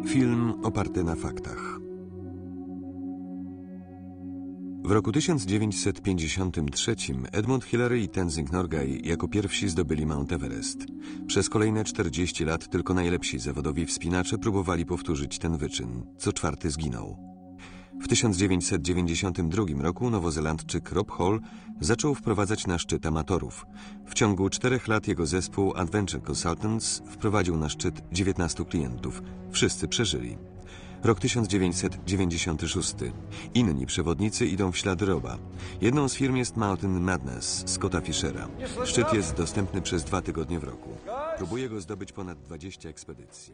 Film oparty na faktach. W roku 1953 Edmund Hillary i Tenzing Norgay jako pierwsi zdobyli Mount Everest. Przez kolejne 40 lat tylko najlepsi zawodowi wspinacze próbowali powtórzyć ten wyczyn. Co czwarty zginął. W 1992 roku nowozelandczyk Rob Hall zaczął wprowadzać na szczyt amatorów. W ciągu 4 lat jego zespół Adventure Consultants wprowadził na szczyt 19 klientów. Wszyscy przeżyli. Rok 1996. Inni przewodnicy idą w ślady Roba. Jedną z firm jest Mountain Madness Scotta Fischera. Szczyt jest dostępny przez 2 tygodnie w roku. Próbuje go zdobyć ponad 20 ekspedycji.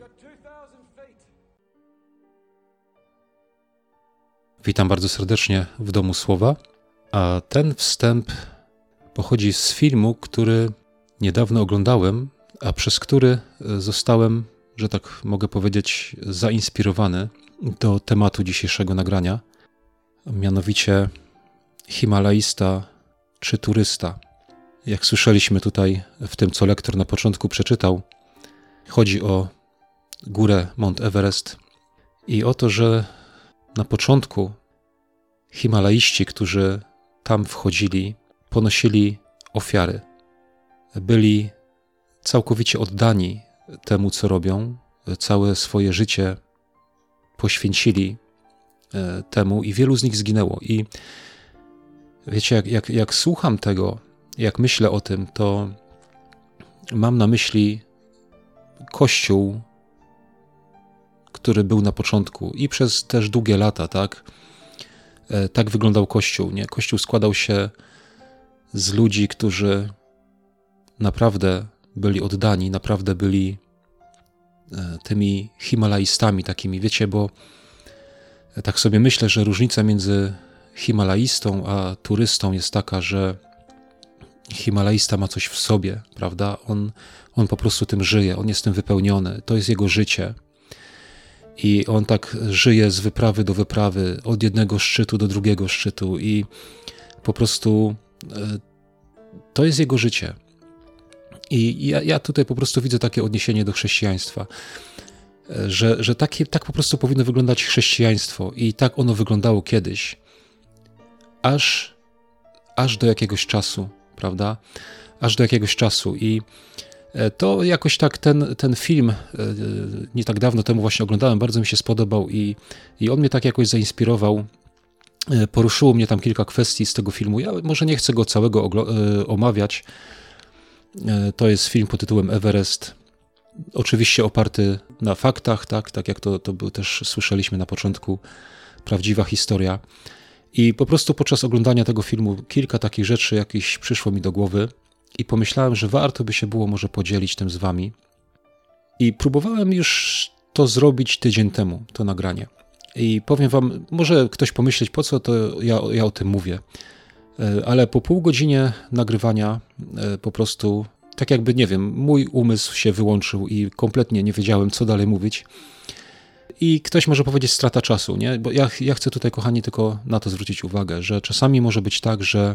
Witam bardzo serdecznie w Domu Słowa, a ten wstęp pochodzi z filmu, który niedawno oglądałem, a przez który zostałem, że tak mogę powiedzieć, zainspirowany do tematu dzisiejszego nagrania, mianowicie Himalajista czy turysta. Jak słyszeliśmy tutaj w tym, co lektor na początku przeczytał, chodzi o górę Mount Everest i o to, że na początku Himalaiści, którzy tam wchodzili, ponosili ofiary. Byli całkowicie oddani temu, co robią. Całe swoje życie poświęcili temu i wielu z nich zginęło. I wiecie, jak słucham tego, jak myślę o tym, to mam na myśli Kościół, który był na początku i przez też długie lata, tak wyglądał Kościół. Nie? Kościół składał się z ludzi, którzy naprawdę byli oddani, naprawdę byli tymi Himalajstami takimi, wiecie, bo tak sobie myślę, że różnica między Himalajistą a turystą jest taka, że Himalajista ma coś w sobie, prawda? On po prostu tym żyje, on jest tym wypełniony, to jest jego życie. I on tak żyje z wyprawy do wyprawy, od jednego szczytu do drugiego szczytu i po prostu to jest jego życie. I ja tutaj po prostu widzę takie odniesienie do chrześcijaństwa, że tak po prostu powinno wyglądać chrześcijaństwo i tak ono wyglądało kiedyś, aż do jakiegoś czasu, prawda? Aż do jakiegoś czasu i to jakoś tak ten film nie tak dawno temu właśnie oglądałem, bardzo mi się spodobał i on mnie tak jakoś zainspirował. Poruszyło mnie tam kilka kwestii z tego filmu. Ja może nie chcę go całego omawiać. To jest film pod tytułem Everest. Oczywiście oparty na faktach, tak jak to był też słyszeliśmy na początku, prawdziwa historia. I po prostu podczas oglądania tego filmu kilka takich rzeczy jakieś przyszło mi do głowy. I pomyślałem, że warto by się było może podzielić tym z wami. I próbowałem już to zrobić tydzień temu, to nagranie. I powiem wam, może ktoś pomyśleć, po co to ja o tym mówię. Ale po pół godzinie nagrywania po prostu, tak jakby, nie wiem, mój umysł się wyłączył i kompletnie nie wiedziałem, co dalej mówić. I ktoś może powiedzieć strata czasu, nie? Bo ja chcę tutaj, kochani, tylko na to zwrócić uwagę, że czasami może być tak, że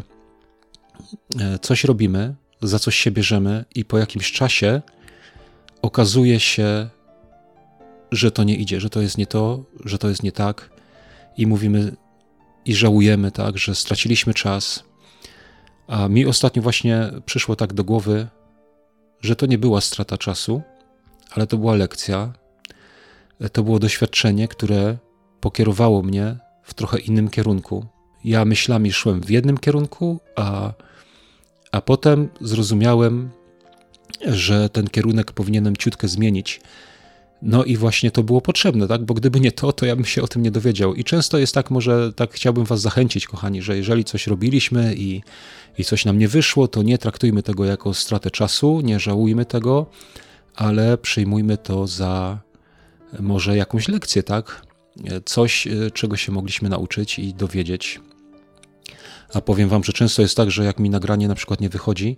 coś robimy, za coś się bierzemy i po jakimś czasie okazuje się, że to nie idzie, że to jest nie to, że to jest nie tak i mówimy i żałujemy, tak, że straciliśmy czas. A mi ostatnio właśnie przyszło tak do głowy, że to nie była strata czasu, ale to była lekcja, to było doświadczenie, które pokierowało mnie w trochę innym kierunku. Ja myślami szłem w jednym kierunku, a potem zrozumiałem, że ten kierunek powinienem ciutkę zmienić. No i właśnie to było potrzebne, tak? Bo gdyby nie to ja bym się o tym nie dowiedział. I często jest tak, może tak chciałbym was zachęcić, kochani, że jeżeli coś robiliśmy i coś nam nie wyszło, to nie traktujmy tego jako stratę czasu, nie żałujmy tego, ale przyjmujmy to za może jakąś lekcję, tak? Coś, czego się mogliśmy nauczyć i dowiedzieć. A powiem wam, że często jest tak, że jak mi nagranie na przykład nie wychodzi,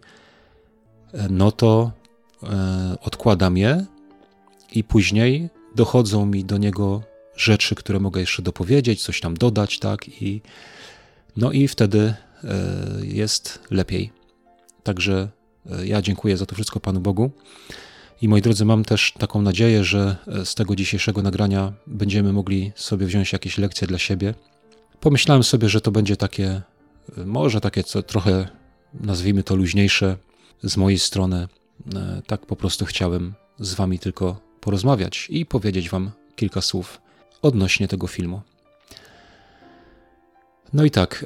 no to odkładam je i później dochodzą mi do niego rzeczy, które mogę jeszcze dopowiedzieć, coś tam dodać, tak? No i wtedy jest lepiej. Także ja dziękuję za to wszystko Panu Bogu. I moi drodzy, mam też taką nadzieję, że z tego dzisiejszego nagrania będziemy mogli sobie wziąć jakieś lekcje dla siebie. Pomyślałem sobie, że to będzie takie, może takie co trochę, nazwijmy to luźniejsze z mojej strony. Tak po prostu chciałem z wami tylko porozmawiać i powiedzieć wam kilka słów odnośnie tego filmu. No i tak,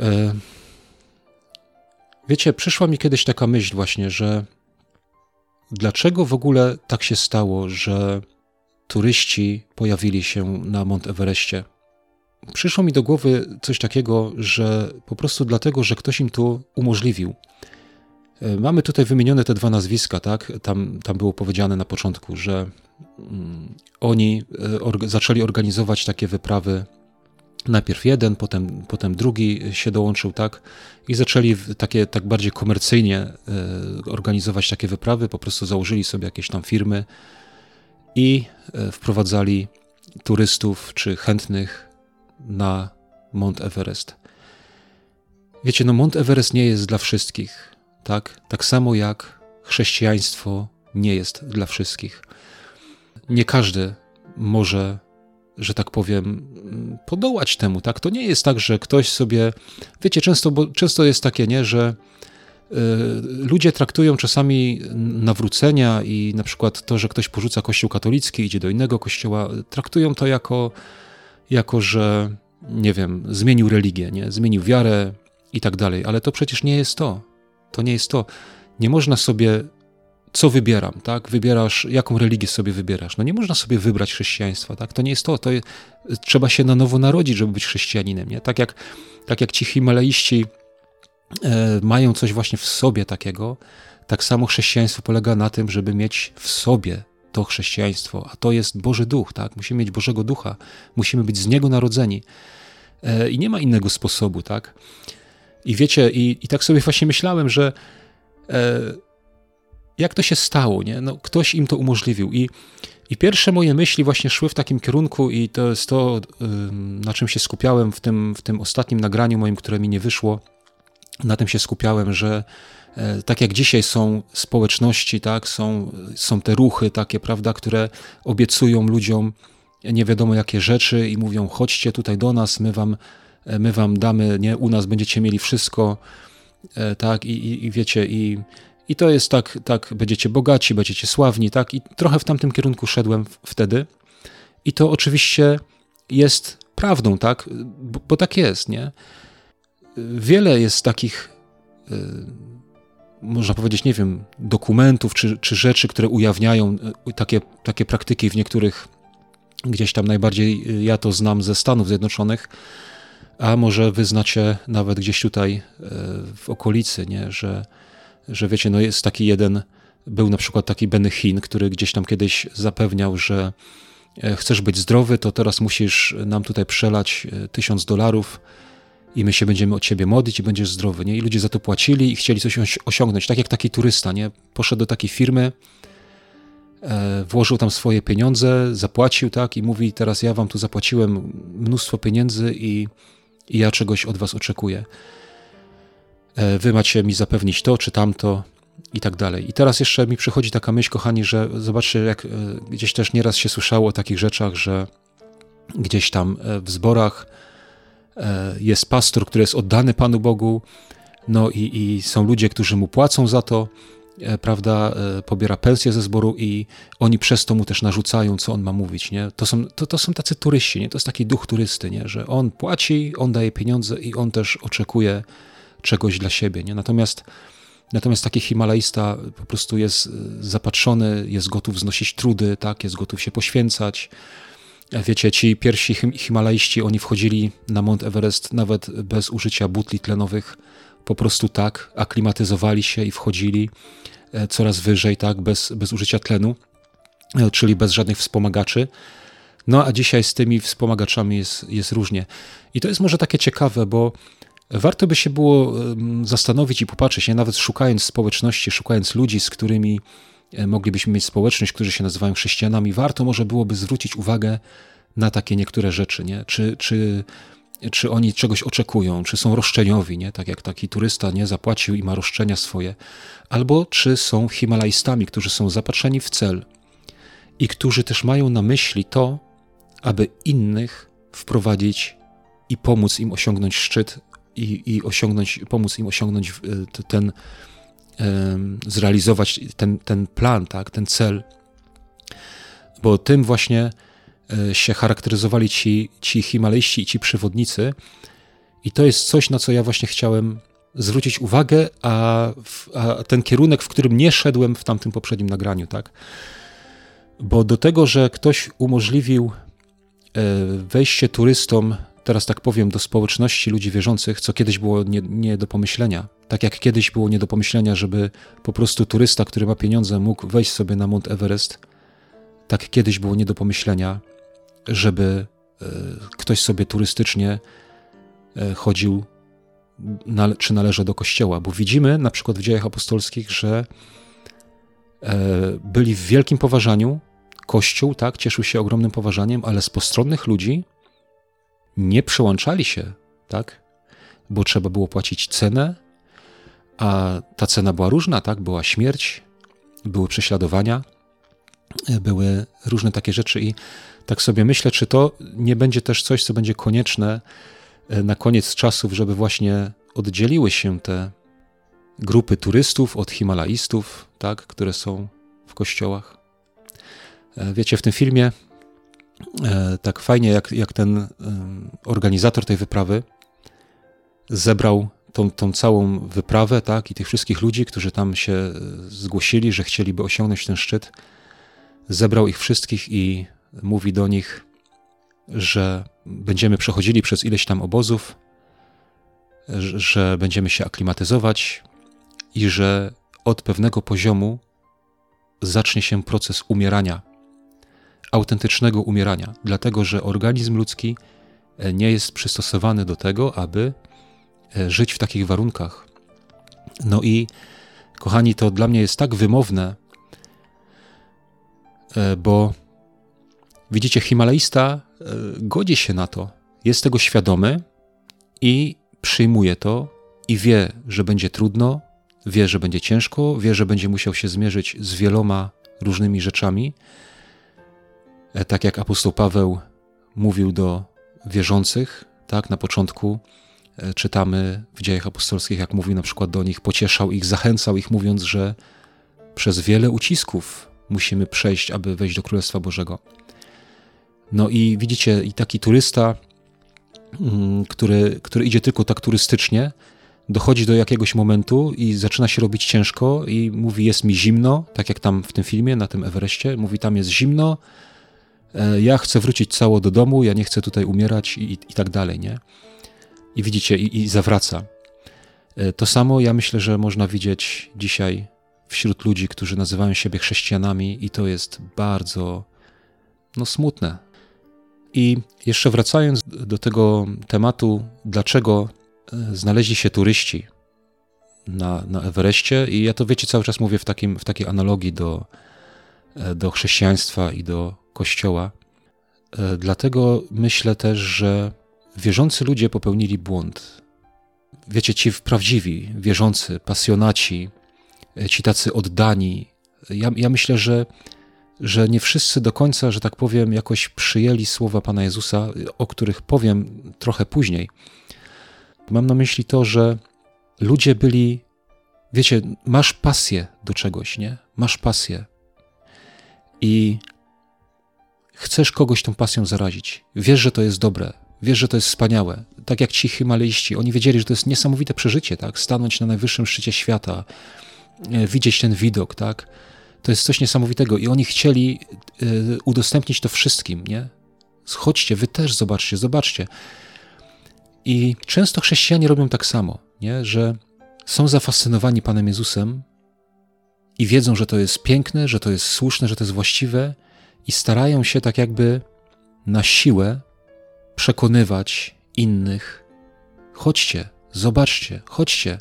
wiecie, przyszła mi kiedyś taka myśl właśnie, że dlaczego w ogóle tak się stało, że turyści pojawili się na Mount Everestie? Przyszło mi do głowy coś takiego, że po prostu dlatego, że ktoś im to umożliwił. Mamy tutaj wymienione te 2 nazwiska, tak? Tam było powiedziane na początku, że oni zaczęli organizować takie wyprawy. Najpierw jeden, potem drugi się dołączył, tak? I zaczęli tak bardziej komercyjnie organizować takie wyprawy, po prostu założyli sobie jakieś tam firmy i wprowadzali turystów czy chętnych na Mount Everest. Wiecie, no Mount Everest nie jest dla wszystkich, tak? Tak samo jak chrześcijaństwo nie jest dla wszystkich. Nie każdy może, że tak powiem, podołać temu, tak? To nie jest tak, że ktoś sobie, wiecie, często jest takie, nie, że ludzie traktują czasami nawrócenia i na przykład to, że ktoś porzuca kościół katolicki, idzie do innego kościoła, traktują to jako że, nie wiem, zmienił religię, nie? Zmienił wiarę i tak dalej, ale to przecież nie jest to. To nie jest to. Nie można sobie, co wybieram, tak? Wybierasz, jaką religię sobie wybierasz. No nie można sobie wybrać chrześcijaństwa, tak? To nie jest to. Trzeba się na nowo narodzić, żeby być chrześcijaninem, nie? Tak jak ci Himalaiści mają coś właśnie w sobie takiego, tak samo chrześcijaństwo polega na tym, żeby mieć w sobie to chrześcijaństwo, a to jest Boży Duch, tak? Musimy mieć Bożego Ducha, musimy być z Niego narodzeni i nie ma innego sposobu, tak? I wiecie, i tak sobie właśnie myślałem, że jak to się stało, nie? No, ktoś im to umożliwił i pierwsze moje myśli właśnie szły w takim kierunku i to jest to, na czym się skupiałem w tym ostatnim nagraniu moim, które mi nie wyszło. Na tym się skupiałem, że tak jak dzisiaj są społeczności, tak, są te ruchy takie, prawda, które obiecują ludziom nie wiadomo jakie rzeczy i mówią: chodźcie tutaj do nas, my wam damy, nie, u nas będziecie mieli wszystko, tak, i wiecie, i to jest tak, będziecie bogaci, będziecie sławni, tak, i trochę w tamtym kierunku szedłem wtedy i to oczywiście jest prawdą, tak, bo tak jest, nie? Wiele jest takich, można powiedzieć, nie wiem, dokumentów czy rzeczy, które ujawniają takie praktyki w niektórych, gdzieś tam najbardziej ja to znam ze Stanów Zjednoczonych, a może wy znacie nawet gdzieś tutaj w okolicy, nie? Że wiecie, no jest taki jeden, był na przykład taki Benny Hinn, który gdzieś tam kiedyś zapewniał, że chcesz być zdrowy, to teraz musisz nam tutaj przelać $1000 i my się będziemy o ciebie modlić i będziesz zdrowy, nie? I ludzie za to płacili i chcieli coś osiągnąć, tak jak taki turysta, nie? Poszedł do takiej firmy, włożył tam swoje pieniądze, zapłacił, tak? I mówi: teraz ja wam tu zapłaciłem mnóstwo pieniędzy i ja czegoś od was oczekuję. Wy macie mi zapewnić to, czy tamto i tak dalej. I teraz jeszcze mi przychodzi taka myśl, kochani, że zobaczcie, jak gdzieś też nieraz się słyszało o takich rzeczach, że gdzieś tam w zborach jest pastor, który jest oddany Panu Bogu, no i są ludzie, którzy mu płacą za to, prawda, pobiera pensję ze zboru i oni przez to mu też narzucają, co on ma mówić, nie? To są tacy turyści, nie? To jest taki duch turysty, nie? Że on płaci, on daje pieniądze i on też oczekuje czegoś dla siebie, nie? Natomiast taki Himalajista po prostu jest zapatrzony, jest gotów znosić trudy, tak? Jest gotów się poświęcać. Wiecie, ci pierwsi Himalaiści, oni wchodzili na Mount Everest nawet bez użycia butli tlenowych, po prostu tak, aklimatyzowali się i wchodzili coraz wyżej, tak, bez użycia tlenu, czyli bez żadnych wspomagaczy. No a dzisiaj z tymi wspomagaczami jest różnie. I to jest może takie ciekawe, bo warto by się było zastanowić i popatrzeć, nie? Nawet szukając społeczności, szukając ludzi, z którymi moglibyśmy mieć społeczność, którzy się nazywają chrześcijanami, warto może byłoby zwrócić uwagę na takie niektóre rzeczy, nie? Czy oni czegoś oczekują, czy są roszczeniowi, nie? Tak jak taki turysta, nie, zapłacił i ma roszczenia swoje, albo czy są Himalajstami, którzy są zapatrzeni w cel, i którzy też mają na myśli to, aby innych wprowadzić i pomóc im osiągnąć szczyt i pomóc im osiągnąć zrealizować ten plan, tak, ten cel. Bo tym właśnie się charakteryzowali ci Himalaiści i ci przewodnicy. I to jest coś, na co ja właśnie chciałem zwrócić uwagę, a ten kierunek, w którym nie szedłem w tamtym poprzednim nagraniu, tak? Bo do tego, że ktoś umożliwił wejście turystom, teraz tak powiem, do społeczności ludzi wierzących, co kiedyś było nie do pomyślenia. Tak jak kiedyś było nie do pomyślenia, żeby po prostu turysta, który ma pieniądze, mógł wejść sobie na Mount Everest, tak kiedyś było nie do pomyślenia, żeby ktoś sobie turystycznie chodził czy należał do kościoła. Bo widzimy na przykład w Dziejach Apostolskich, że byli w wielkim poważaniu, Kościół, tak, cieszył się ogromnym poważaniem, ale z postronnych ludzi nie przyłączali się, tak, bo trzeba było płacić cenę, a ta cena była różna, tak, była śmierć, były prześladowania, były różne takie rzeczy i tak sobie myślę, czy to nie będzie też coś, co będzie konieczne na koniec czasów, żeby właśnie oddzieliły się te grupy turystów od himalaistów, tak, które są w kościołach. Wiecie, w tym filmie tak fajnie, jak ten organizator tej wyprawy zebrał tą całą wyprawę, tak, i tych wszystkich ludzi, którzy tam się zgłosili, że chcieliby osiągnąć ten szczyt, zebrał ich wszystkich i mówi do nich, że będziemy przechodzili przez ileś tam obozów, że będziemy się aklimatyzować i że od pewnego poziomu zacznie się proces umierania, autentycznego umierania, dlatego że organizm ludzki nie jest przystosowany do tego, aby żyć w takich warunkach. No i kochani, to dla mnie jest tak wymowne, bo widzicie, Himalaista godzi się na to, jest tego świadomy i przyjmuje to i wie, że będzie trudno, wie, że będzie ciężko, wie, że będzie musiał się zmierzyć z wieloma różnymi rzeczami. Tak jak apostoł Paweł mówił do wierzących, tak, na początku czytamy w Dziejach Apostolskich, jak mówił na przykład do nich, pocieszał ich, zachęcał ich, mówiąc, że przez wiele ucisków musimy przejść, aby wejść do Królestwa Bożego. No i widzicie, i taki turysta, który idzie tylko tak turystycznie, dochodzi do jakiegoś momentu i zaczyna się robić ciężko i mówi, jest mi zimno, tak jak tam w tym filmie, na tym Everestie, mówi, tam jest zimno, ja chcę wrócić cało do domu, ja nie chcę tutaj umierać i tak dalej, nie? I widzicie, i zawraca. To samo ja myślę, że można widzieć dzisiaj wśród ludzi, którzy nazywają siebie chrześcijanami i to jest bardzo smutne. I jeszcze wracając do tego tematu, dlaczego znaleźli się turyści na Everestie i ja to, wiecie, cały czas mówię w takiej analogii do chrześcijaństwa i do Kościoła. Dlatego myślę też, że wierzący ludzie popełnili błąd. Wiecie, ci prawdziwi, wierzący, pasjonaci, ci tacy oddani. Ja myślę, że nie wszyscy do końca, że tak powiem, jakoś przyjęli słowa Pana Jezusa, o których powiem trochę później. Mam na myśli to, że ludzie byli, wiecie, masz pasję do czegoś, nie? Masz pasję i chcesz kogoś tą pasją zarazić. Wiesz, że to jest dobre, wiesz, że to jest wspaniałe. Tak jak ci Himalaiści, oni wiedzieli, że to jest niesamowite przeżycie, tak? Stanąć na najwyższym szczycie świata, widzieć ten widok, tak? To jest coś niesamowitego i oni chcieli udostępnić to wszystkim, nie? Chodźcie, wy też zobaczcie. I często chrześcijanie robią tak samo, nie? Że są zafascynowani Panem Jezusem i wiedzą, że to jest piękne, że to jest słuszne, że to jest właściwe i starają się tak jakby na siłę przekonywać innych. Chodźcie, zobaczcie, chodźcie.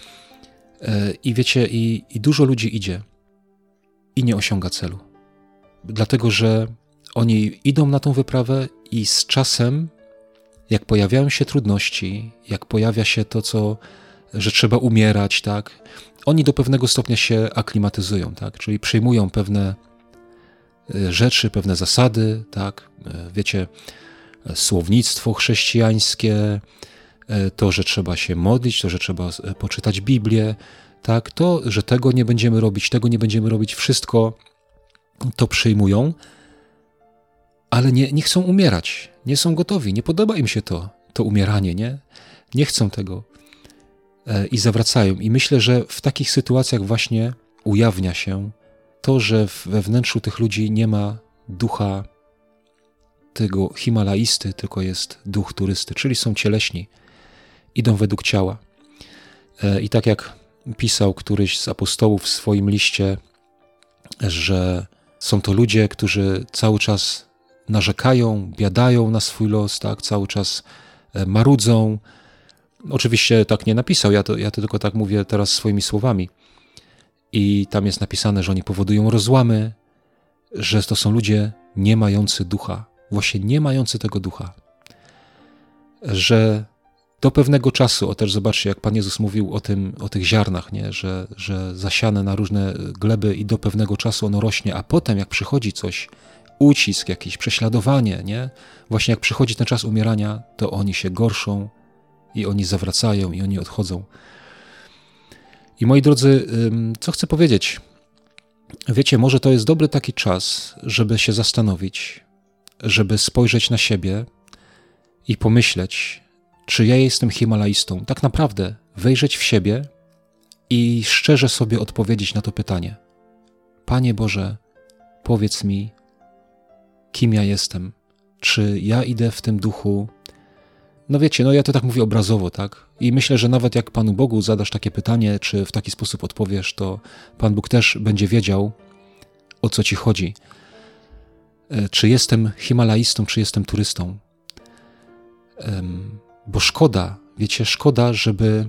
I wiecie, i dużo ludzi idzie i nie osiąga celu. Dlatego, że oni idą na tą wyprawę i z czasem, jak pojawiają się trudności, jak pojawia się to, że trzeba umierać, tak, oni do pewnego stopnia się aklimatyzują, tak, czyli przyjmują pewne rzeczy, pewne zasady, tak? Wiecie, słownictwo chrześcijańskie, to, że trzeba się modlić, to, że trzeba poczytać Biblię, tak? To, że tego nie będziemy robić, wszystko to przyjmują, ale nie chcą umierać, nie są gotowi, nie podoba im się to umieranie, nie chcą tego i zawracają. I myślę, że w takich sytuacjach właśnie ujawnia się to, że we wnętrzu tych ludzi nie ma ducha tego Himalaisty, tylko jest duch turysty, czyli są cieleśni, idą według ciała. I tak jak pisał któryś z apostołów w swoim liście, że są to ludzie, którzy cały czas narzekają, biadają na swój los, tak? Cały czas marudzą. Oczywiście tak nie napisał, ja to tylko tak mówię teraz swoimi słowami. I tam jest napisane, że oni powodują rozłamy, że to są ludzie nie mający ducha, właśnie nie mający tego ducha. Że do pewnego czasu, też zobaczcie, jak Pan Jezus mówił o tych ziarnach, nie? Że zasiane na różne gleby i do pewnego czasu ono rośnie, a potem jak przychodzi coś, ucisk, jakieś prześladowanie, nie? Właśnie jak przychodzi ten czas umierania, to oni się gorszą i oni zawracają i oni odchodzą. I moi drodzy, co chcę powiedzieć? Wiecie, może to jest dobry taki czas, żeby się zastanowić, żeby spojrzeć na siebie i pomyśleć, czy ja jestem Himalaistą. Tak naprawdę wejrzeć w siebie i szczerze sobie odpowiedzieć na to pytanie. Panie Boże, powiedz mi, kim ja jestem? Czy ja idę w tym duchu? No wiecie, ja to tak mówię obrazowo, tak? I myślę, że nawet jak Panu Bogu zadasz takie pytanie, czy w taki sposób odpowiesz, to Pan Bóg też będzie wiedział, o co ci chodzi. Czy jestem Himalaistą, czy jestem turystą? Bo szkoda, wiecie, żeby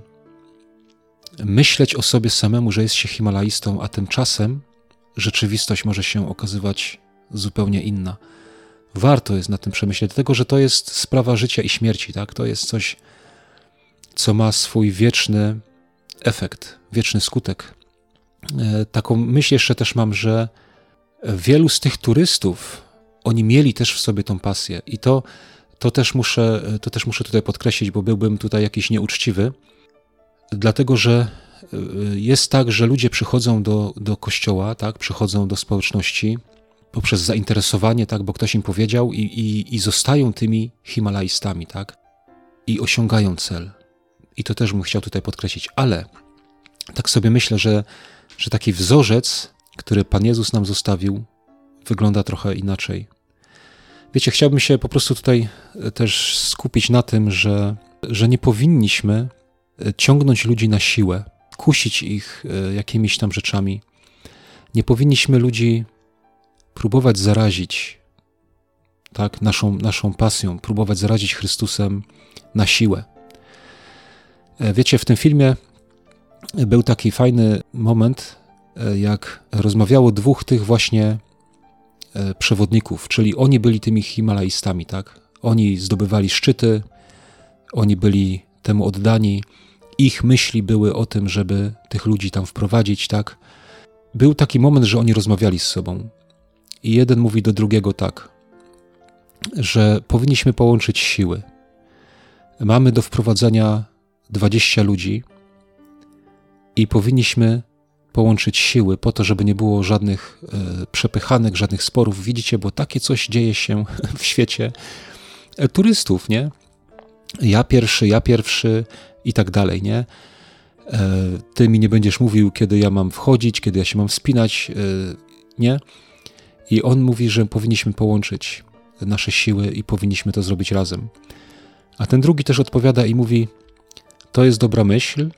myśleć o sobie samemu, że jest się Himalaistą, a tymczasem rzeczywistość może się okazywać zupełnie inna. Warto jest nad tym przemyśleć, dlatego że to jest sprawa życia i śmierci, tak? To jest coś, co ma swój wieczny efekt, wieczny skutek. Taką myśl jeszcze też mam, że wielu z tych turystów, oni mieli też w sobie tą pasję i to też muszę tutaj podkreślić, bo byłbym tutaj jakiś nieuczciwy, dlatego że jest tak, że ludzie przychodzą do kościoła, tak? Przychodzą do społeczności poprzez zainteresowanie, tak? Bo ktoś im powiedział i zostają tymi Himalaistami, tak? I osiągają cel. I to też bym chciał tutaj podkreślić, ale tak sobie myślę, że taki wzorzec, który Pan Jezus nam zostawił, wygląda trochę inaczej. Wiecie, chciałbym się po prostu tutaj też skupić na tym, że nie powinniśmy ciągnąć ludzi na siłę, kusić ich jakimiś tam rzeczami. Nie powinniśmy ludzi próbować zarazić, tak, naszą pasją, próbować zarazić Chrystusem na siłę. Wiecie, w tym filmie był taki fajny moment, jak rozmawiało dwóch tych właśnie przewodników, czyli oni byli tymi Himalaistami, tak? Oni zdobywali szczyty, oni byli temu oddani, ich myśli były o tym, żeby tych ludzi tam wprowadzić, tak? Był taki moment, że oni rozmawiali z sobą i jeden mówi do drugiego tak, że powinniśmy połączyć siły. Mamy do wprowadzenia 20 ludzi i powinniśmy połączyć siły po to, żeby nie było żadnych przepychanek, żadnych sporów. Widzicie, bo takie coś dzieje się w świecie turystów, nie? Ja pierwszy i tak dalej, nie? Ty mi nie będziesz mówił, kiedy ja mam wchodzić, kiedy ja się mam wspinać, nie? I on mówi, że powinniśmy połączyć nasze siły i powinniśmy to zrobić razem. A ten drugi też odpowiada i mówi, to jest dobra myśl,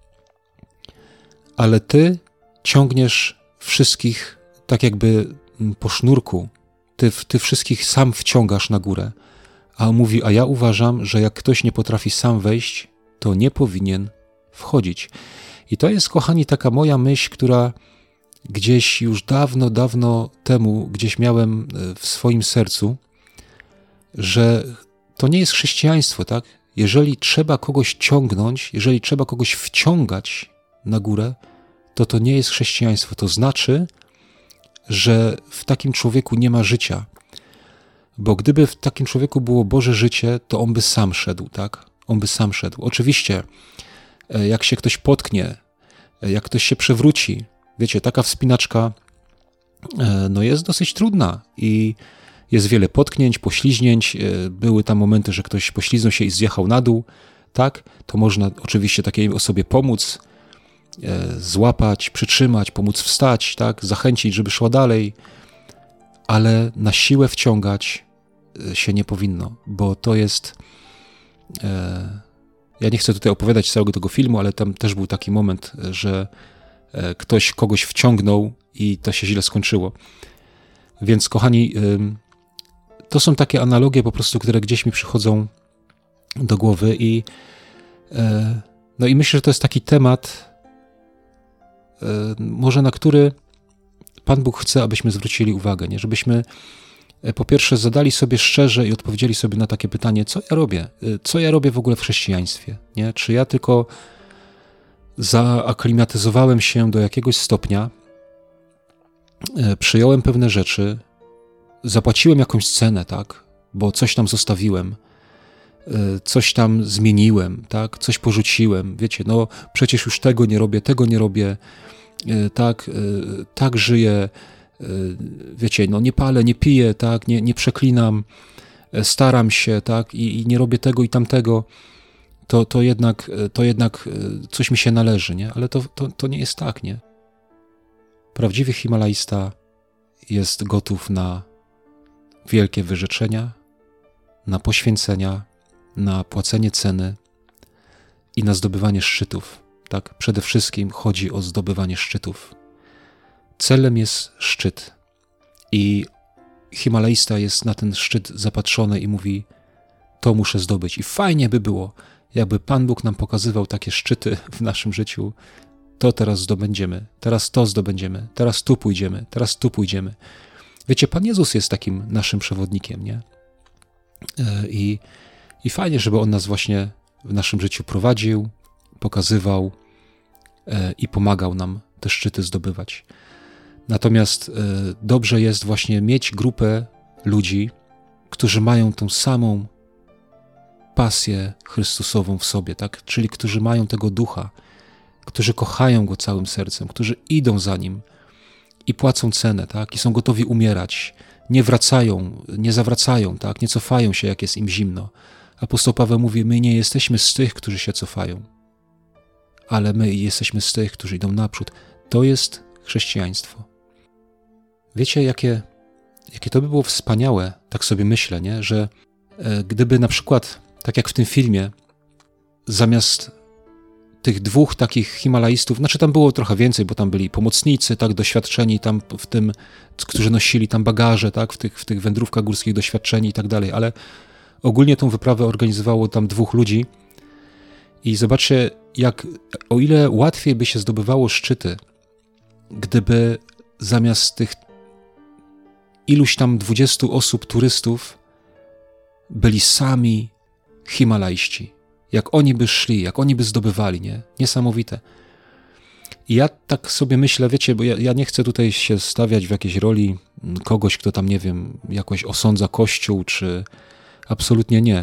ale ty ciągniesz wszystkich tak jakby po sznurku. Ty wszystkich sam wciągasz na górę. A on mówi, a ja uważam, że jak ktoś nie potrafi sam wejść, to nie powinien wchodzić. I to jest, kochani, taka moja myśl, która gdzieś już dawno temu gdzieś miałem w swoim sercu, że to nie jest chrześcijaństwo, tak? Jeżeli trzeba kogoś ciągnąć, jeżeli trzeba kogoś wciągać na górę, to nie jest chrześcijaństwo. To znaczy, że w takim człowieku nie ma życia. Bo gdyby w takim człowieku było Boże życie, to on by sam szedł, tak? On by sam szedł. Oczywiście, jak się ktoś potknie, jak ktoś się przewróci, wiecie, taka wspinaczka no jest dosyć trudna i jest wiele potknięć, pośliźnięć. Były tam momenty, że ktoś pośliznął się i zjechał na dół, tak? To można oczywiście takiej osobie pomóc, złapać, przytrzymać, pomóc wstać, tak? Zachęcić, żeby szła dalej, ale na siłę wciągać się nie powinno, bo to jest... Ja nie chcę tutaj opowiadać całego tego filmu, ale tam też był taki moment, że ktoś kogoś wciągnął i to się źle skończyło. Więc kochani, to są takie analogie po prostu, które gdzieś mi przychodzą do głowy i no i myślę, że to jest taki temat, może na który Pan Bóg chce, abyśmy zwrócili uwagę, nie? Żebyśmy po pierwsze zadali sobie szczerze i odpowiedzieli sobie na takie pytanie, co ja robię? Co ja robię w ogóle w chrześcijaństwie? Nie? Czy ja tylko zaaklimatyzowałem się do jakiegoś stopnia, przyjąłem pewne rzeczy, zapłaciłem jakąś cenę, tak? Bo coś tam zostawiłem, coś tam zmieniłem, tak? Coś porzuciłem. Wiecie, no przecież już tego nie robię, tak żyję, wiecie, no nie palę, nie piję, tak? Nie przeklinam, staram się, tak? I nie robię tego i tamtego. To jednak coś mi się należy, nie? Ale to nie jest tak, nie? Prawdziwy Himalajsta jest gotów na wielkie wyrzeczenia, na poświęcenia, na płacenie ceny i na zdobywanie szczytów. Tak? Przede wszystkim chodzi o zdobywanie szczytów. Celem jest szczyt i Himalajsta jest na ten szczyt zapatrzony i mówi, to muszę zdobyć. I fajnie by było, jakby Pan Bóg nam pokazywał takie szczyty w naszym życiu, to teraz zdobędziemy, teraz to zdobędziemy, teraz tu pójdziemy, teraz tu pójdziemy. Wiecie, Pan Jezus jest takim naszym przewodnikiem, nie? I fajnie, żeby On nas właśnie w naszym życiu prowadził, pokazywał i pomagał nam te szczyty zdobywać. Natomiast dobrze jest właśnie mieć grupę ludzi, którzy mają tą samą pasję Chrystusową w sobie, tak? Czyli którzy mają tego ducha, którzy kochają Go całym sercem, którzy idą za Nim i płacą cenę, tak? I są gotowi umierać, nie wracają, nie zawracają, tak? Nie cofają się, jak jest im zimno. Apostoł Paweł mówi, my nie jesteśmy z tych, którzy się cofają, ale my jesteśmy z tych, którzy idą naprzód. To jest chrześcijaństwo. Wiecie, jakie to by było wspaniałe, tak sobie myślę, nie? Że gdyby na przykład, tak jak w tym filmie, zamiast tych dwóch takich Himalajstów, znaczy tam było trochę więcej, bo tam byli pomocnicy, tak, doświadczeni tam w tym, którzy nosili tam bagaże, tak, w tych wędrówkach górskich doświadczeni i tak dalej, ale ogólnie tą wyprawę organizowało tam dwóch ludzi i zobaczcie, o ile łatwiej by się zdobywało szczyty, gdyby zamiast tych iluś tam 20 osób, turystów, byli sami Himalajści. Jak oni by szli, jak oni by zdobywali, nie? Niesamowite. I ja tak sobie myślę, wiecie, bo ja nie chcę tutaj się stawiać w jakiejś roli kogoś, kto tam, nie wiem, jakoś osądza Kościół, czy absolutnie nie.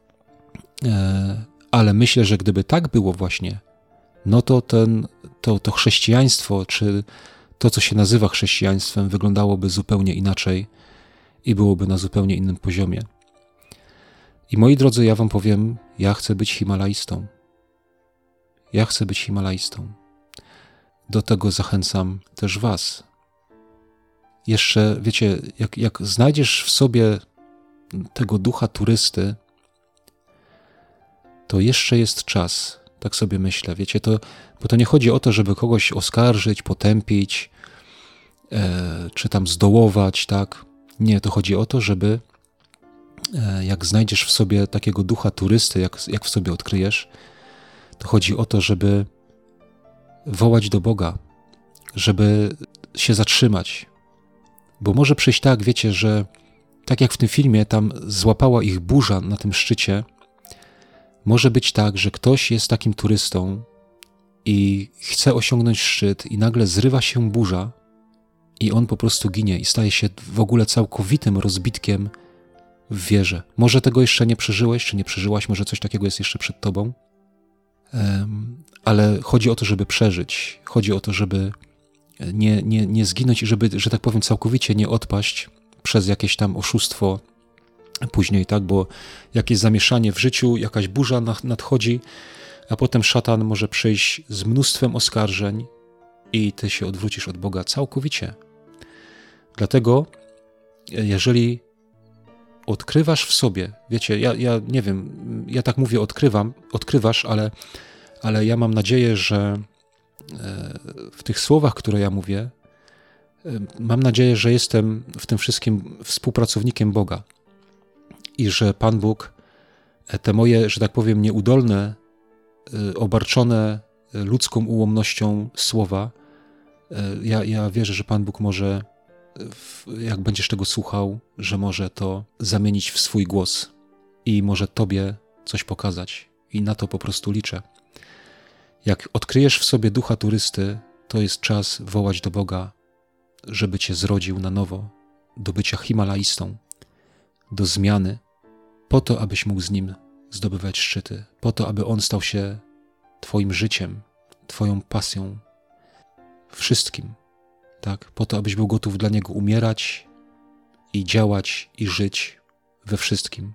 Ale myślę, że gdyby tak było właśnie, no to chrześcijaństwo, czy to, co się nazywa chrześcijaństwem, wyglądałoby zupełnie inaczej i byłoby na zupełnie innym poziomie. I moi drodzy, ja wam powiem, ja chcę być Himalajstą. Ja chcę być Himalajstą. Do tego zachęcam też was. Jeszcze, wiecie, jak znajdziesz w sobie tego ducha turysty, to jeszcze jest czas, tak sobie myślę, wiecie, bo to nie chodzi o to, żeby kogoś oskarżyć, potępić, czy tam zdołować, tak? Nie, to chodzi o to, żeby jak znajdziesz w sobie takiego ducha turysty, jak w sobie odkryjesz, to chodzi o to, żeby wołać do Boga, żeby się zatrzymać. Bo może przyjść tak, wiecie, że tak jak w tym filmie, tam złapała ich burza na tym szczycie, może być tak, że ktoś jest takim turystą i chce osiągnąć szczyt i nagle zrywa się burza i on po prostu ginie i staje się w ogóle całkowitym rozbitkiem w wierze. Może tego jeszcze nie przeżyłeś, czy nie przeżyłaś, może coś takiego jest jeszcze przed tobą, ale chodzi o to, żeby przeżyć. Chodzi o to, żeby nie zginąć i żeby, że tak powiem, całkowicie nie odpaść przez jakieś tam oszustwo później, tak? Bo jakieś zamieszanie w życiu, jakaś burza nadchodzi, a potem szatan może przyjść z mnóstwem oskarżeń i ty się odwrócisz od Boga całkowicie. Dlatego, jeżeli odkrywasz w sobie, wiecie, ja nie wiem, ja tak mówię, odkrywasz, ale ja mam nadzieję, że w tych słowach, które ja mówię, mam nadzieję, że jestem w tym wszystkim współpracownikiem Boga i że Pan Bóg te moje, że tak powiem, nieudolne, obarczone ludzką ułomnością słowa, ja wierzę, że Pan Bóg może, jak będziesz tego słuchał, że może to zamienić w swój głos i może tobie coś pokazać. I na to po prostu liczę. Jak odkryjesz w sobie ducha turysty, to jest czas wołać do Boga, żeby cię zrodził na nowo, do bycia Himalaistą, do zmiany, po to, abyś mógł z Nim zdobywać szczyty, po to, aby On stał się twoim życiem, twoją pasją, wszystkim, tak? Po to, abyś był gotów dla Niego umierać i działać i żyć we wszystkim.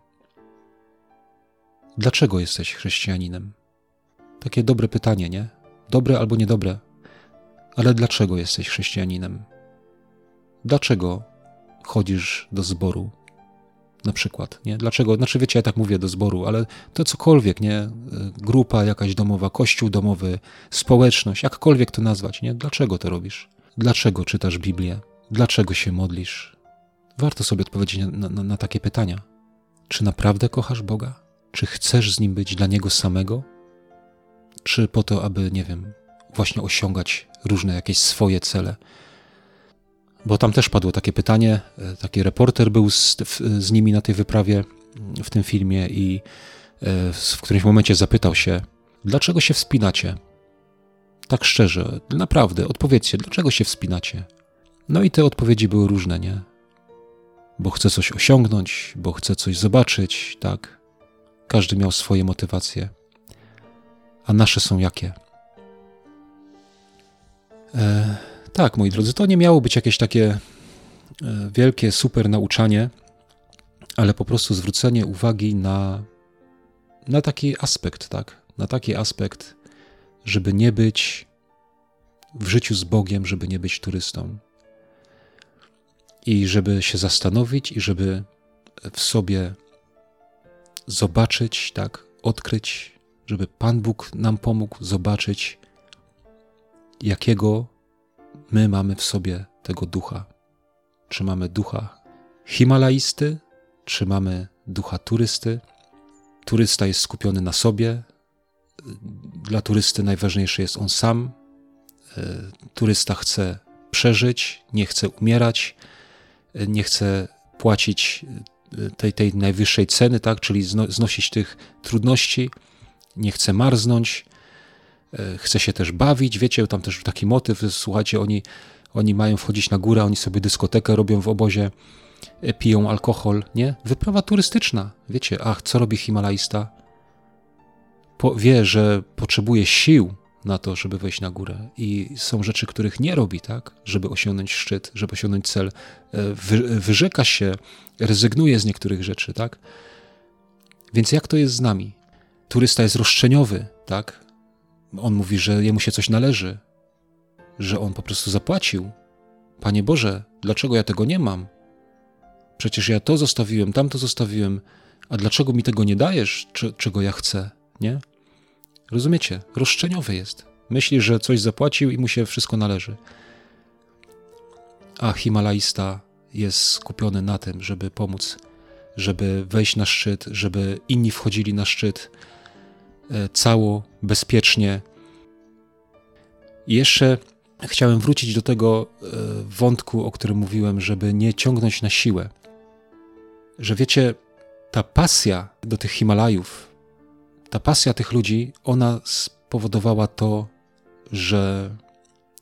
Dlaczego jesteś chrześcijaninem? Takie dobre pytanie, nie? Dobre albo niedobre. Ale dlaczego jesteś chrześcijaninem? Dlaczego chodzisz do zboru? Na przykład, nie? Dlaczego? Znaczy wiecie, ja tak mówię do zboru, ale to cokolwiek, nie? Grupa jakaś domowa, kościół domowy, społeczność, jakkolwiek to nazwać, nie? Dlaczego to robisz? Dlaczego czytasz Biblię? Dlaczego się modlisz? Warto sobie odpowiedzieć na takie pytania. Czy naprawdę kochasz Boga? Czy chcesz z Nim być dla Niego samego? Czy po to, aby, nie wiem, właśnie osiągać różne jakieś swoje cele? Bo tam też padło takie pytanie, taki reporter był z nimi na tej wyprawie w tym filmie i w którymś momencie zapytał się, dlaczego się wspinacie? Tak szczerze, naprawdę, odpowiedzcie, dlaczego się wspinacie? No i te odpowiedzi były różne, nie? Bo chce coś osiągnąć, bo chce coś zobaczyć, tak? Każdy miał swoje motywacje. A nasze są jakie? Tak, moi drodzy, to nie miało być jakieś takie wielkie, super nauczanie, ale po prostu zwrócenie uwagi na taki aspekt, tak? Na taki aspekt, żeby nie być w życiu z Bogiem, żeby nie być turystą. I żeby się zastanowić i żeby w sobie zobaczyć, tak? Odkryć, żeby Pan Bóg nam pomógł zobaczyć, jakiego my mamy w sobie tego ducha. Czy mamy ducha Himalaisty, czy mamy ducha turysty. Turysta jest skupiony na sobie. Dla turysty najważniejszy jest on sam. Turysta chce przeżyć, nie chce umierać, nie chce płacić tej najwyższej ceny, tak? Czyli znosić tych trudności, nie chce marznąć, chce się też bawić, wiecie, tam też taki motyw, słuchajcie, oni mają wchodzić na górę, oni sobie dyskotekę robią w obozie, piją alkohol, nie? Wyprawa turystyczna, wiecie, co robi Himalaista? Wie, że potrzebuje sił na to, żeby wejść na górę i są rzeczy, których nie robi, tak? Żeby osiągnąć szczyt, żeby osiągnąć cel. Wyrzeka się, rezygnuje z niektórych rzeczy, tak? Więc jak to jest z nami? Turysta jest roszczeniowy, tak? On mówi, że jemu się coś należy, że on po prostu zapłacił. Panie Boże, dlaczego ja tego nie mam? Przecież ja to zostawiłem, tamto zostawiłem, a dlaczego mi tego nie dajesz, czego ja chcę, nie? Rozumiecie? Roszczeniowy jest. Myśli, że coś zapłacił i mu się wszystko należy. A Himalaista jest skupiony na tym, żeby pomóc, żeby wejść na szczyt, żeby inni wchodzili na szczyt cało, bezpiecznie. I jeszcze chciałem wrócić do tego wątku, o którym mówiłem, żeby nie ciągnąć na siłę. Że wiecie, ta pasja do tych Himalajów, ta pasja tych ludzi, ona spowodowała to, że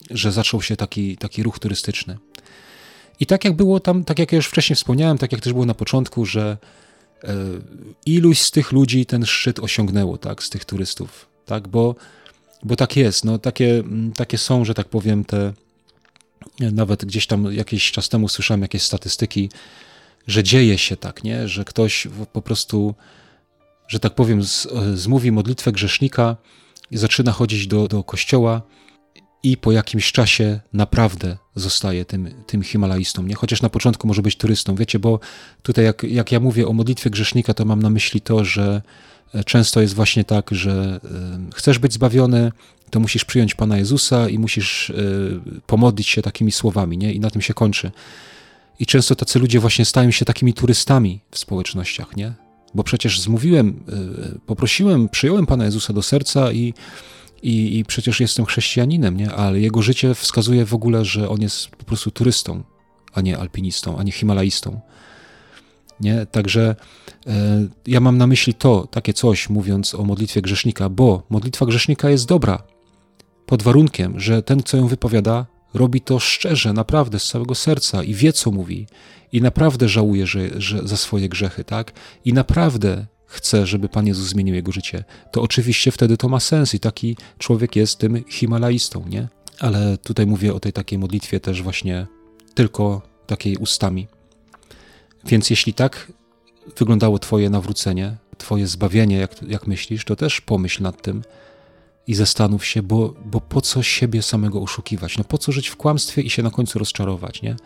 że zaczął się taki ruch turystyczny. I tak jak było tam, tak jak ja już wcześniej wspomniałem, tak jak też było na początku, że iluś z tych ludzi ten szczyt osiągnęło, tak, z tych turystów, tak, bo tak jest, no takie są, że tak powiem, nawet gdzieś tam jakiś czas temu słyszałem jakieś statystyki, że dzieje się tak, nie, że ktoś po prostu, że tak powiem, zmówi modlitwę grzesznika i zaczyna chodzić do kościoła i po jakimś czasie naprawdę zostaje tym Himalajstą, nie? Chociaż na początku może być turystą, wiecie, bo tutaj jak ja mówię o modlitwie grzesznika, to mam na myśli to, że często jest właśnie tak, że chcesz być zbawiony, to musisz przyjąć Pana Jezusa i musisz pomodlić się takimi słowami, nie? I na tym się kończy. I często tacy ludzie właśnie stają się takimi turystami w społecznościach, nie? Bo przecież poprosiłem, przyjąłem Pana Jezusa do serca i przecież jestem chrześcijaninem, nie? Ale jego życie wskazuje w ogóle, że on jest po prostu turystą, a nie alpinistą, a nie himalajstą. Nie? Także ja mam na myśli takie coś, mówiąc o modlitwie grzesznika, bo modlitwa grzesznika jest dobra, pod warunkiem, że ten, co ją wypowiada, robi to szczerze, naprawdę, z całego serca i wie, co mówi. I naprawdę żałuje, że za swoje grzechy, tak? I naprawdę chce, żeby Pan Jezus zmienił jego życie. To oczywiście wtedy to ma sens i taki człowiek jest tym Himalajstą, nie? Ale tutaj mówię o tej takiej modlitwie też właśnie tylko takiej ustami. Więc jeśli tak wyglądało twoje nawrócenie, twoje zbawienie, jak myślisz, to też pomyśl nad tym i zastanów się, bo po co siebie samego oszukiwać? No po co żyć w kłamstwie i się na końcu rozczarować, nie?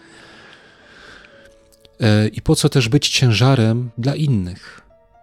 I po co też być ciężarem dla innych?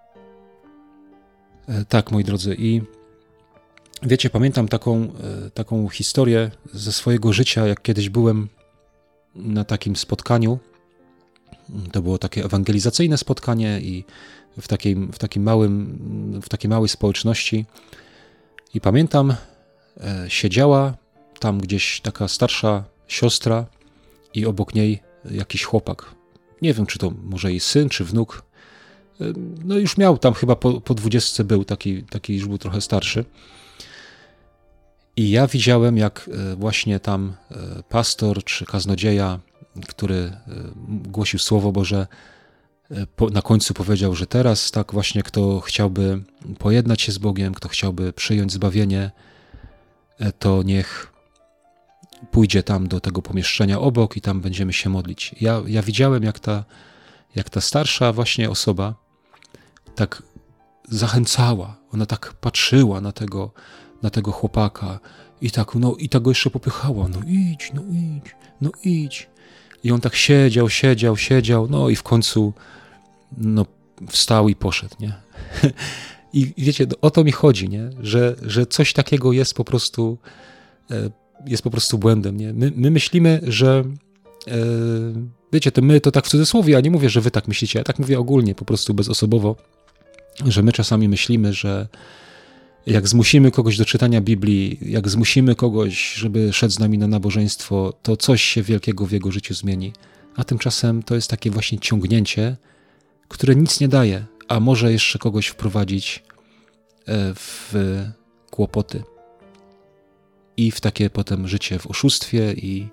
Tak, moi drodzy, i wiecie, pamiętam taką historię ze swojego życia, jak kiedyś byłem na takim spotkaniu. To było takie ewangelizacyjne spotkanie i w takiej małej społeczności. I pamiętam, siedziała tam gdzieś taka starsza siostra i obok niej jakiś chłopak. Nie wiem, czy to może jej syn, czy wnuk. No już miał tam chyba po 20 był, taki już był trochę starszy. I ja widziałem, jak właśnie tam pastor czy kaznodzieja, który głosił Słowo Boże, na końcu powiedział, że teraz tak właśnie kto chciałby pojednać się z Bogiem, kto chciałby przyjąć zbawienie, to niech pójdzie tam do tego pomieszczenia obok i tam będziemy się modlić. Ja widziałem, jak ta starsza właśnie osoba tak zachęcała, ona tak patrzyła na tego chłopaka i tak go jeszcze popychała, no idź. I on tak siedział, no i w końcu wstał i poszedł, nie? I wiecie, o to mi chodzi, nie? Że coś takiego jest po prostu błędem, nie? My myślimy, że wiecie, to tak w cudzysłowie, ja nie mówię, że wy tak myślicie, ja tak mówię ogólnie, po prostu bezosobowo, że my czasami myślimy, że jak zmusimy kogoś do czytania Biblii, jak zmusimy kogoś, żeby szedł z nami na nabożeństwo, to coś się wielkiego w jego życiu zmieni. A tymczasem to jest takie właśnie ciągnięcie, które nic nie daje, a może jeszcze kogoś wprowadzić w kłopoty. I w takie potem życie w oszustwie i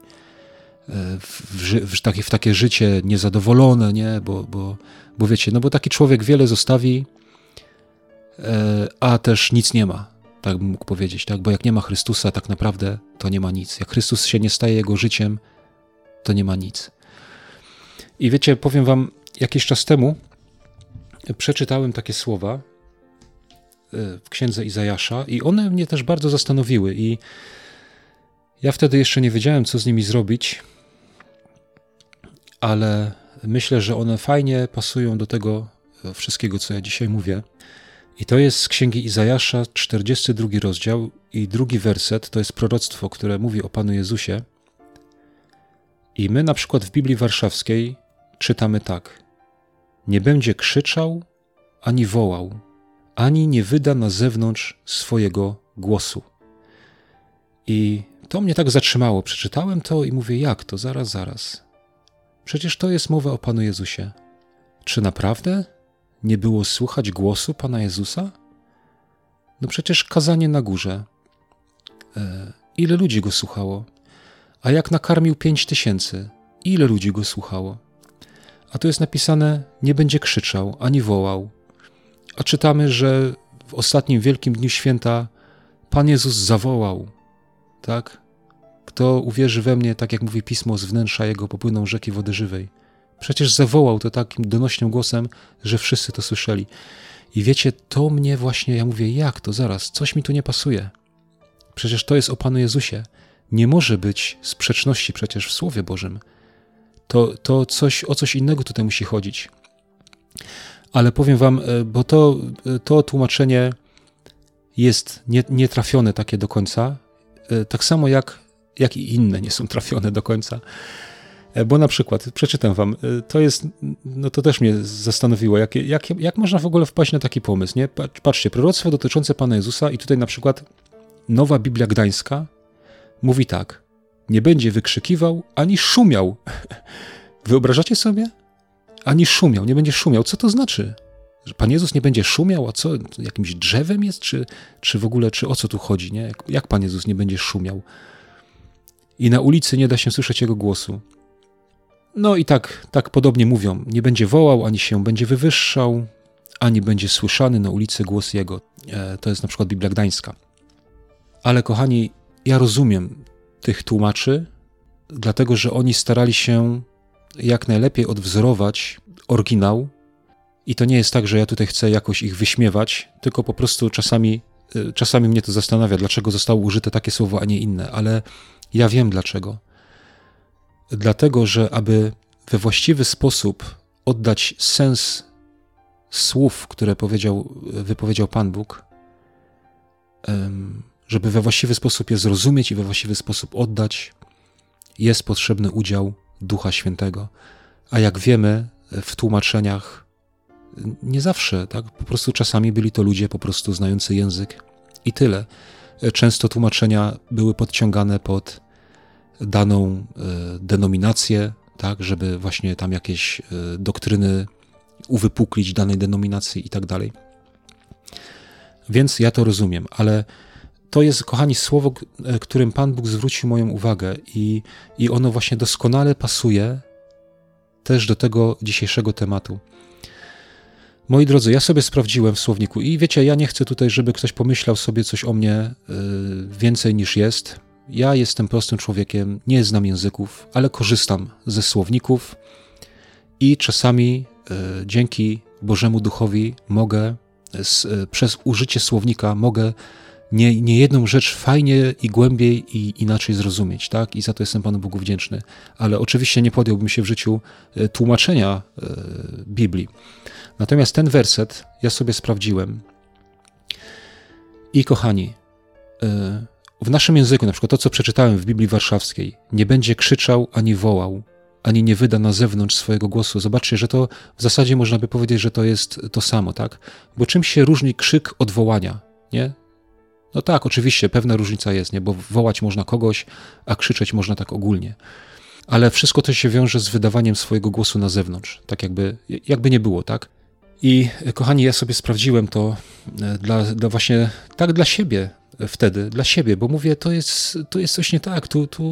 w takie życie niezadowolone, nie? Bo wiecie, bo taki człowiek wiele zostawi, a też nic nie ma, tak bym mógł powiedzieć, tak? Bo jak nie ma Chrystusa, tak naprawdę to nie ma nic. Jak Chrystus się nie staje jego życiem, to nie ma nic. I wiecie, powiem wam, jakiś czas temu przeczytałem takie słowa w księdze Izajasza i one mnie też bardzo zastanowiły i ja wtedy jeszcze nie wiedziałem, co z nimi zrobić, ale myślę, że one fajnie pasują do tego wszystkiego, co ja dzisiaj mówię. I to jest z księgi Izajasza, 42 rozdział i 2 werset, to jest proroctwo, które mówi o Panu Jezusie. I my na przykład w Biblii Warszawskiej czytamy tak. Nie będzie krzyczał, ani wołał, ani nie wyda na zewnątrz swojego głosu. I to mnie tak zatrzymało. Przeczytałem to i mówię, jak to? Zaraz. Przecież to jest mowa o Panu Jezusie. Czy naprawdę nie było słychać głosu Pana Jezusa? No przecież kazanie na górze. Ile ludzi go słuchało? A jak nakarmił 5000, ile ludzi go słuchało? A tu jest napisane, nie będzie krzyczał, ani wołał. A czytamy, że w ostatnim wielkim dniu święta Pan Jezus zawołał, tak? Kto uwierzy we mnie, tak jak mówi Pismo, z wnętrza Jego popłyną rzeki wody żywej. Przecież zawołał to takim donośnym głosem, że wszyscy to słyszeli. I wiecie, to mnie właśnie, ja mówię, jak to zaraz, coś mi tu nie pasuje. Przecież to jest o Panu Jezusie. Nie może być sprzeczności przecież w Słowie Bożym. To coś, o coś innego tutaj musi chodzić. Ale powiem wam, bo to tłumaczenie jest nietrafione takie do końca, tak samo jak i inne nie są trafione do końca. Bo na przykład, przeczytam wam, to jest, no to też mnie zastanowiło, jak można w ogóle wpaść na taki pomysł, nie? Patrzcie, proroctwo dotyczące Pana Jezusa i tutaj na przykład Nowa Biblia Gdańska mówi tak, nie będzie wykrzykiwał ani szumiał. Wyobrażacie sobie? Ani szumiał, nie będzie szumiał. Co to znaczy? Że Pan Jezus nie będzie szumiał? A co, jakimś drzewem jest? Czy w ogóle, czy o co tu chodzi? Nie? Jak Pan Jezus nie będzie szumiał? I na ulicy nie da się słyszeć Jego głosu. No i tak podobnie mówią. Nie będzie wołał, ani się będzie wywyższał, ani będzie słyszany na ulicy głos Jego. To jest na przykład Biblia Gdańska. Ale kochani, ja rozumiem tych tłumaczy, dlatego że oni starali się jak najlepiej odwzorować oryginał i to nie jest tak, że ja tutaj chcę jakoś ich wyśmiewać, tylko po prostu czasami mnie to zastanawia, dlaczego zostało użyte takie słowo, a nie inne, ale ja wiem dlaczego. Dlatego, że aby we właściwy sposób oddać sens słów, które wypowiedział Pan Bóg, żeby we właściwy sposób je zrozumieć i we właściwy sposób oddać, jest potrzebny udział Ducha Świętego. A jak wiemy, w tłumaczeniach nie zawsze, tak? Po prostu czasami byli to ludzie po prostu znający język i tyle. Często tłumaczenia były podciągane pod daną denominację, tak? Żeby właśnie tam jakieś doktryny uwypuklić danej denominacji i tak dalej. Więc ja to rozumiem, ale to jest, kochani, słowo, którym Pan Bóg zwrócił moją uwagę i ono właśnie doskonale pasuje też do tego dzisiejszego tematu. Moi drodzy, ja sobie sprawdziłem w słowniku i wiecie, ja nie chcę tutaj, żeby ktoś pomyślał sobie coś o mnie więcej niż jest. Ja jestem prostym człowiekiem, nie znam języków, ale korzystam ze słowników i czasami dzięki Bożemu Duchowi mogę, przez użycie słownika mogę nie jedną rzecz fajnie i głębiej i inaczej zrozumieć, tak? I za to jestem Panu Bogu wdzięczny. Ale oczywiście nie podjąłbym się w życiu tłumaczenia Biblii. Natomiast ten werset ja sobie sprawdziłem. I kochani, w naszym języku, na przykład to, co przeczytałem w Biblii Warszawskiej, nie będzie krzyczał ani wołał, ani nie wyda na zewnątrz swojego głosu. Zobaczcie, że to w zasadzie można by powiedzieć, że to jest to samo, tak? Bo czym się różni krzyk od wołania, nie? No tak, oczywiście, pewna różnica jest, nie? Bo wołać można kogoś, a krzyczeć można tak ogólnie. Ale wszystko to się wiąże z wydawaniem swojego głosu na zewnątrz, tak jakby nie było, tak? I kochani, ja sobie sprawdziłem to właśnie tak dla siebie wtedy, dla siebie, bo mówię, to jest coś nie tak,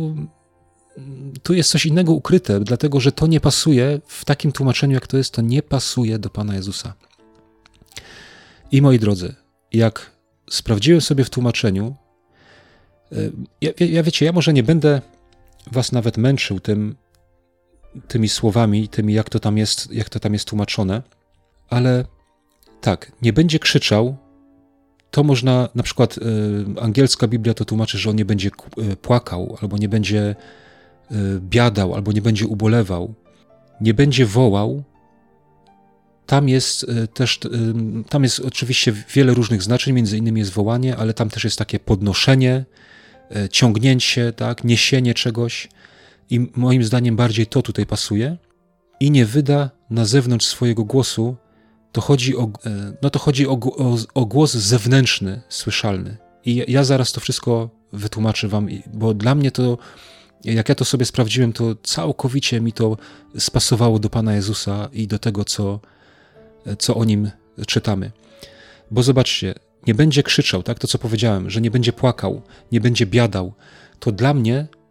tu jest coś innego ukryte, dlatego że to nie pasuje w takim tłumaczeniu, jak to jest, to nie pasuje do Pana Jezusa. I moi drodzy, jak sprawdziłem sobie w tłumaczeniu, wiecie, ja może nie będę was nawet męczył tymi słowami, tymi jak to tam jest tłumaczone, ale tak, nie będzie krzyczał, to można, na przykład angielska Biblia to tłumaczy, że on nie będzie płakał, albo nie będzie biadał, albo nie będzie ubolewał, nie będzie wołał. Tam jest oczywiście wiele różnych znaczeń, między innymi jest wołanie, ale tam też jest takie podnoszenie, ciągnięcie, tak, niesienie czegoś i moim zdaniem bardziej to tutaj pasuje. I nie wyda na zewnątrz swojego głosu, to chodzi o głos zewnętrzny, słyszalny. I ja zaraz to wszystko wytłumaczę wam, bo dla mnie to, jak ja to sobie sprawdziłem, to całkowicie mi to spasowało do Pana Jezusa i do tego, co o Nim czytamy. Bo zobaczcie, nie będzie krzyczał, tak? To, co powiedziałem, że nie będzie płakał, nie będzie biadał. To dla mnie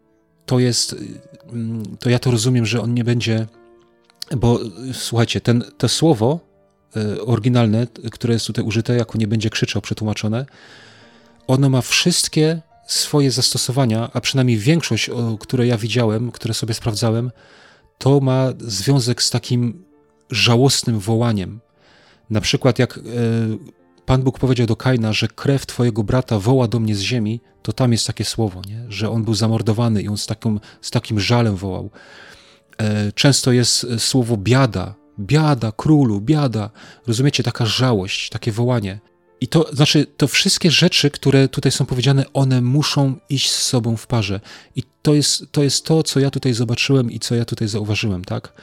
to ja to rozumiem, że on nie będzie, bo słuchajcie, to słowo oryginalne, które jest tutaj użyte, jako nie będzie krzyczał, przetłumaczone, ono ma wszystkie swoje zastosowania, a przynajmniej większość, które ja widziałem, które sobie sprawdzałem, to ma związek z takim żałosnym wołaniem. Na przykład jak Pan Bóg powiedział do Kaina, że krew twojego brata woła do mnie z ziemi, to tam jest takie słowo, nie? Że on był zamordowany i on z takim żalem wołał. Często jest słowo biada, biada królu, biada. Rozumiecie? Taka żałość, takie wołanie. I to znaczy, to wszystkie rzeczy, które tutaj są powiedziane, one muszą iść z sobą w parze. I to jest to, co ja tutaj zobaczyłem i co ja tutaj zauważyłem, tak?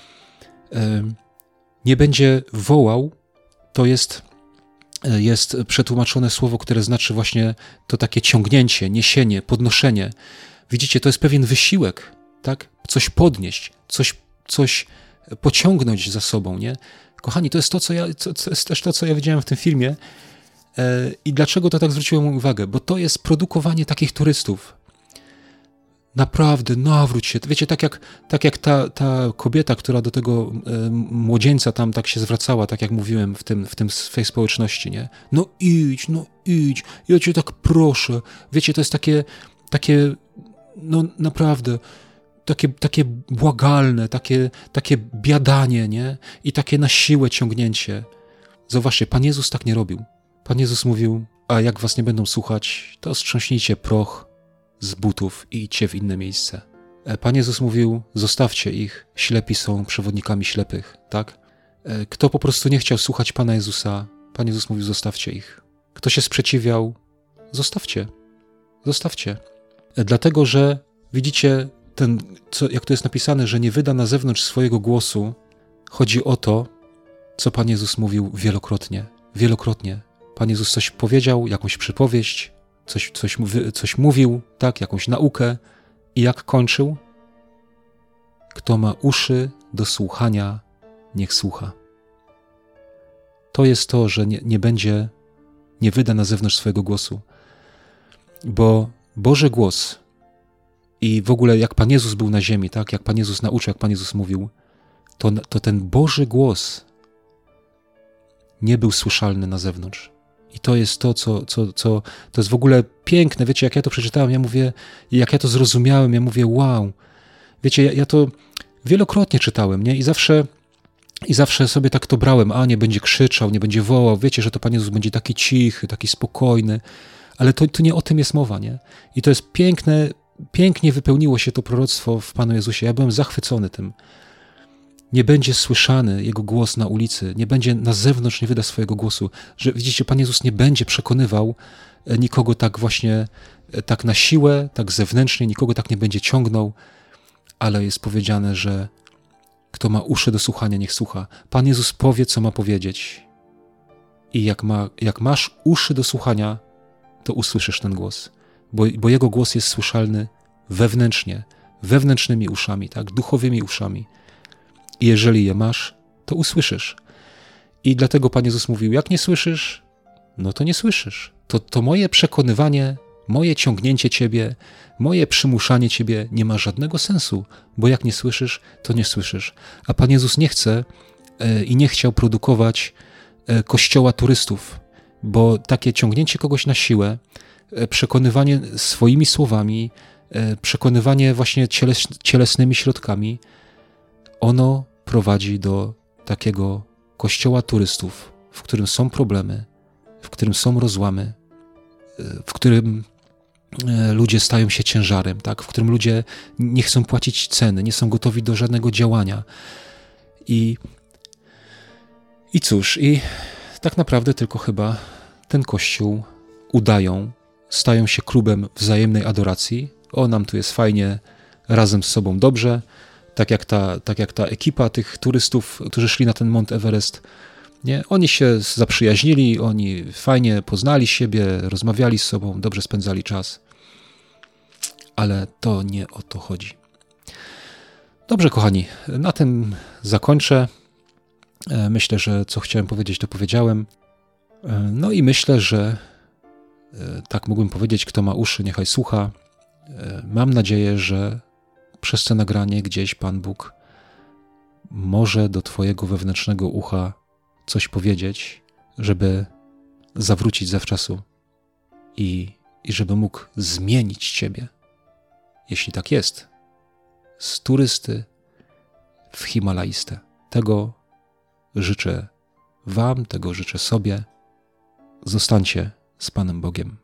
Nie będzie wołał, to jest przetłumaczone słowo, które znaczy właśnie to takie ciągnięcie, niesienie, podnoszenie. Widzicie, to jest pewien wysiłek, tak? Coś podnieść, coś pociągnąć za sobą, nie? Kochani, to jest to jest też to, co ja widziałem w tym filmie. I dlaczego to tak zwróciłem uwagę? Bo to jest produkowanie takich turystów. Naprawdę, nawróć się. Wiecie, tak jak ta kobieta, która do tego młodzieńca tam tak się zwracała, tak jak mówiłem w tej społeczności, nie? No idź, ja cię tak proszę. Wiecie, to jest takie no naprawdę, takie błagalne, takie biadanie, nie? I takie na siłę ciągnięcie. Zauważcie, Pan Jezus tak nie robił. Pan Jezus mówił, a jak was nie będą słuchać, to strząśnijcie proch z butów i idźcie w inne miejsce. Pan Jezus mówił, zostawcie ich, ślepi są przewodnikami ślepych, tak? Kto po prostu nie chciał słuchać Pana Jezusa, Pan Jezus mówił, zostawcie ich. Kto się sprzeciwiał, zostawcie. Dlatego, że widzicie, jak to jest napisane, że nie wyda na zewnątrz swojego głosu, chodzi o to, co Pan Jezus mówił wielokrotnie. Pan Jezus coś powiedział, jakąś przypowieść, coś mówił, tak, jakąś naukę i jak kończył? Kto ma uszy do słuchania, niech słucha. To jest to, że nie wyda na zewnątrz swojego głosu, bo Boży głos i w ogóle jak Pan Jezus był na ziemi, tak, jak Pan Jezus nauczył, jak Pan Jezus mówił, to ten Boży głos nie był słyszalny na zewnątrz. I to jest to, co to jest w ogóle piękne. Wiecie, jak ja to przeczytałem, ja mówię, jak ja to zrozumiałem, ja mówię, wow. Wiecie, ja to wielokrotnie czytałem, nie? I zawsze sobie tak to brałem, a nie będzie krzyczał, nie będzie wołał. Wiecie, że to Pan Jezus będzie taki cichy, taki spokojny. Ale to nie o tym jest mowa, nie? I to jest piękne, pięknie wypełniło się to proroctwo w Panu Jezusie. Ja byłem zachwycony tym. Nie będzie słyszany Jego głos na ulicy, nie będzie na zewnątrz, nie wyda swojego głosu. Że widzicie, Pan Jezus nie będzie przekonywał nikogo tak właśnie, tak na siłę, tak zewnętrznie, nikogo tak nie będzie ciągnął, ale jest powiedziane, że kto ma uszy do słuchania, niech słucha. Pan Jezus powie, co ma powiedzieć. I jak masz uszy do słuchania, to usłyszysz ten głos. Bo Jego głos jest słyszalny wewnętrznie, wewnętrznymi uszami, tak, duchowymi uszami. I jeżeli je masz, to usłyszysz. I dlatego Pan Jezus mówił, jak nie słyszysz, no to nie słyszysz. To moje przekonywanie, moje ciągnięcie ciebie, moje przymuszanie ciebie nie ma żadnego sensu, bo jak nie słyszysz, to nie słyszysz. A Pan Jezus nie chce i nie chciał produkować kościoła turystów, bo takie ciągnięcie kogoś na siłę, przekonywanie swoimi słowami, przekonywanie właśnie cielesnymi środkami, ono prowadzi do takiego kościoła turystów, w którym są problemy, w którym są rozłamy, w którym ludzie stają się ciężarem, tak? W którym ludzie nie chcą płacić ceny, nie są gotowi do żadnego działania. I cóż, i tak naprawdę tylko chyba ten kościół udają, stają się klubem wzajemnej adoracji. O, nam tu jest fajnie, razem z sobą dobrze. Tak jak ta ekipa tych turystów, którzy szli na ten Mount Everest, nie? Oni się zaprzyjaźnili, oni fajnie poznali siebie, rozmawiali z sobą, dobrze spędzali czas. Ale to nie o to chodzi. Dobrze, kochani, na tym zakończę. Myślę, że co chciałem powiedzieć, to powiedziałem. No i myślę, że tak mógłbym powiedzieć, kto ma uszy, niechaj słucha. mam nadzieję, że przez to nagranie gdzieś Pan Bóg może do twojego wewnętrznego ucha coś powiedzieć, żeby zawrócić zawczasu i żeby mógł zmienić ciebie. Jeśli tak jest, z turysty w Himalajstę. Tego życzę wam, tego życzę sobie. Zostańcie z Panem Bogiem.